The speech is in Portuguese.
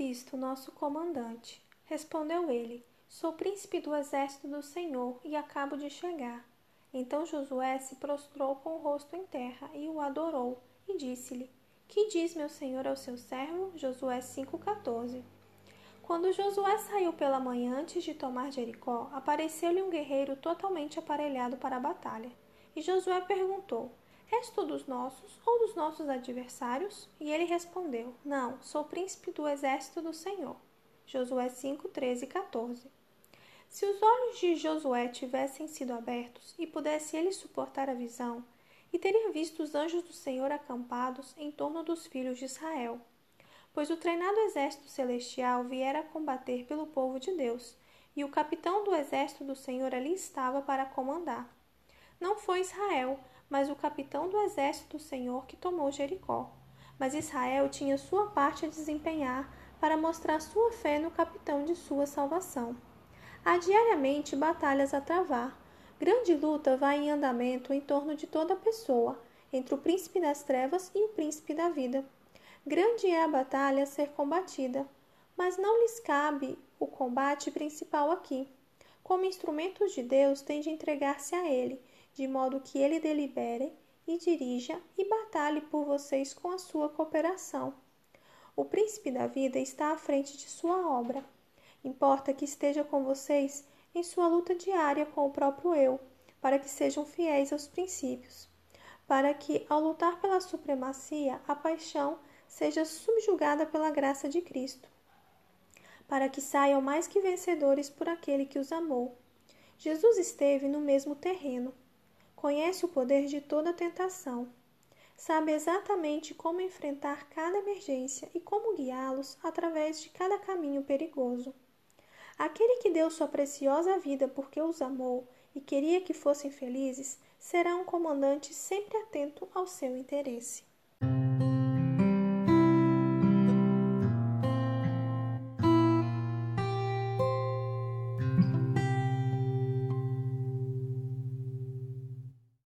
Cristo, nosso comandante. Respondeu ele: Sou príncipe do exército do Senhor e acabo de chegar. Então Josué se prostrou com o rosto em terra e o adorou, e disse-lhe: Que diz meu senhor ao seu servo? Josué 5,14. Quando Josué saiu pela manhã antes de tomar Jericó, apareceu-lhe um guerreiro totalmente aparelhado para a batalha. E Josué perguntou: És tu dos nossos ou dos nossos adversários? E ele respondeu: Não, sou príncipe do exército do Senhor. Josué 5, 13 e 14. Se os olhos de Josué tivessem sido abertos e pudesse ele suportar a visão, e teria visto os anjos do Senhor acampados em torno dos filhos de Israel, pois o treinado exército celestial viera combater pelo povo de Deus, e o capitão do exército do Senhor ali estava para comandar. Não foi Israel, mas o capitão do exército do Senhor que tomou Jericó. Mas Israel tinha sua parte a desempenhar para mostrar sua fé no capitão de sua salvação. Há diariamente batalhas a travar. Grande luta vai em andamento em torno de toda pessoa, entre o príncipe das trevas e o príncipe da vida. Grande é a batalha a ser combatida, mas não lhes cabe o combate principal aqui. Como instrumentos de Deus, têm de entregar-se a Ele, de modo que Ele delibere e dirija e batalhe por vocês com a sua cooperação. O príncipe da vida está à frente de sua obra. Importa que esteja com vocês em sua luta diária com o próprio eu, para que sejam fiéis aos princípios, para que, ao lutar pela supremacia, a paixão seja subjugada pela graça de Cristo, para que saiam mais que vencedores por aquele que os amou. Jesus esteve no mesmo terreno, conhece o poder de toda tentação, sabe exatamente como enfrentar cada emergência e como guiá-los através de cada caminho perigoso. Aquele que deu sua preciosa vida porque os amou e queria que fossem felizes, será um comandante sempre atento ao seu interesse.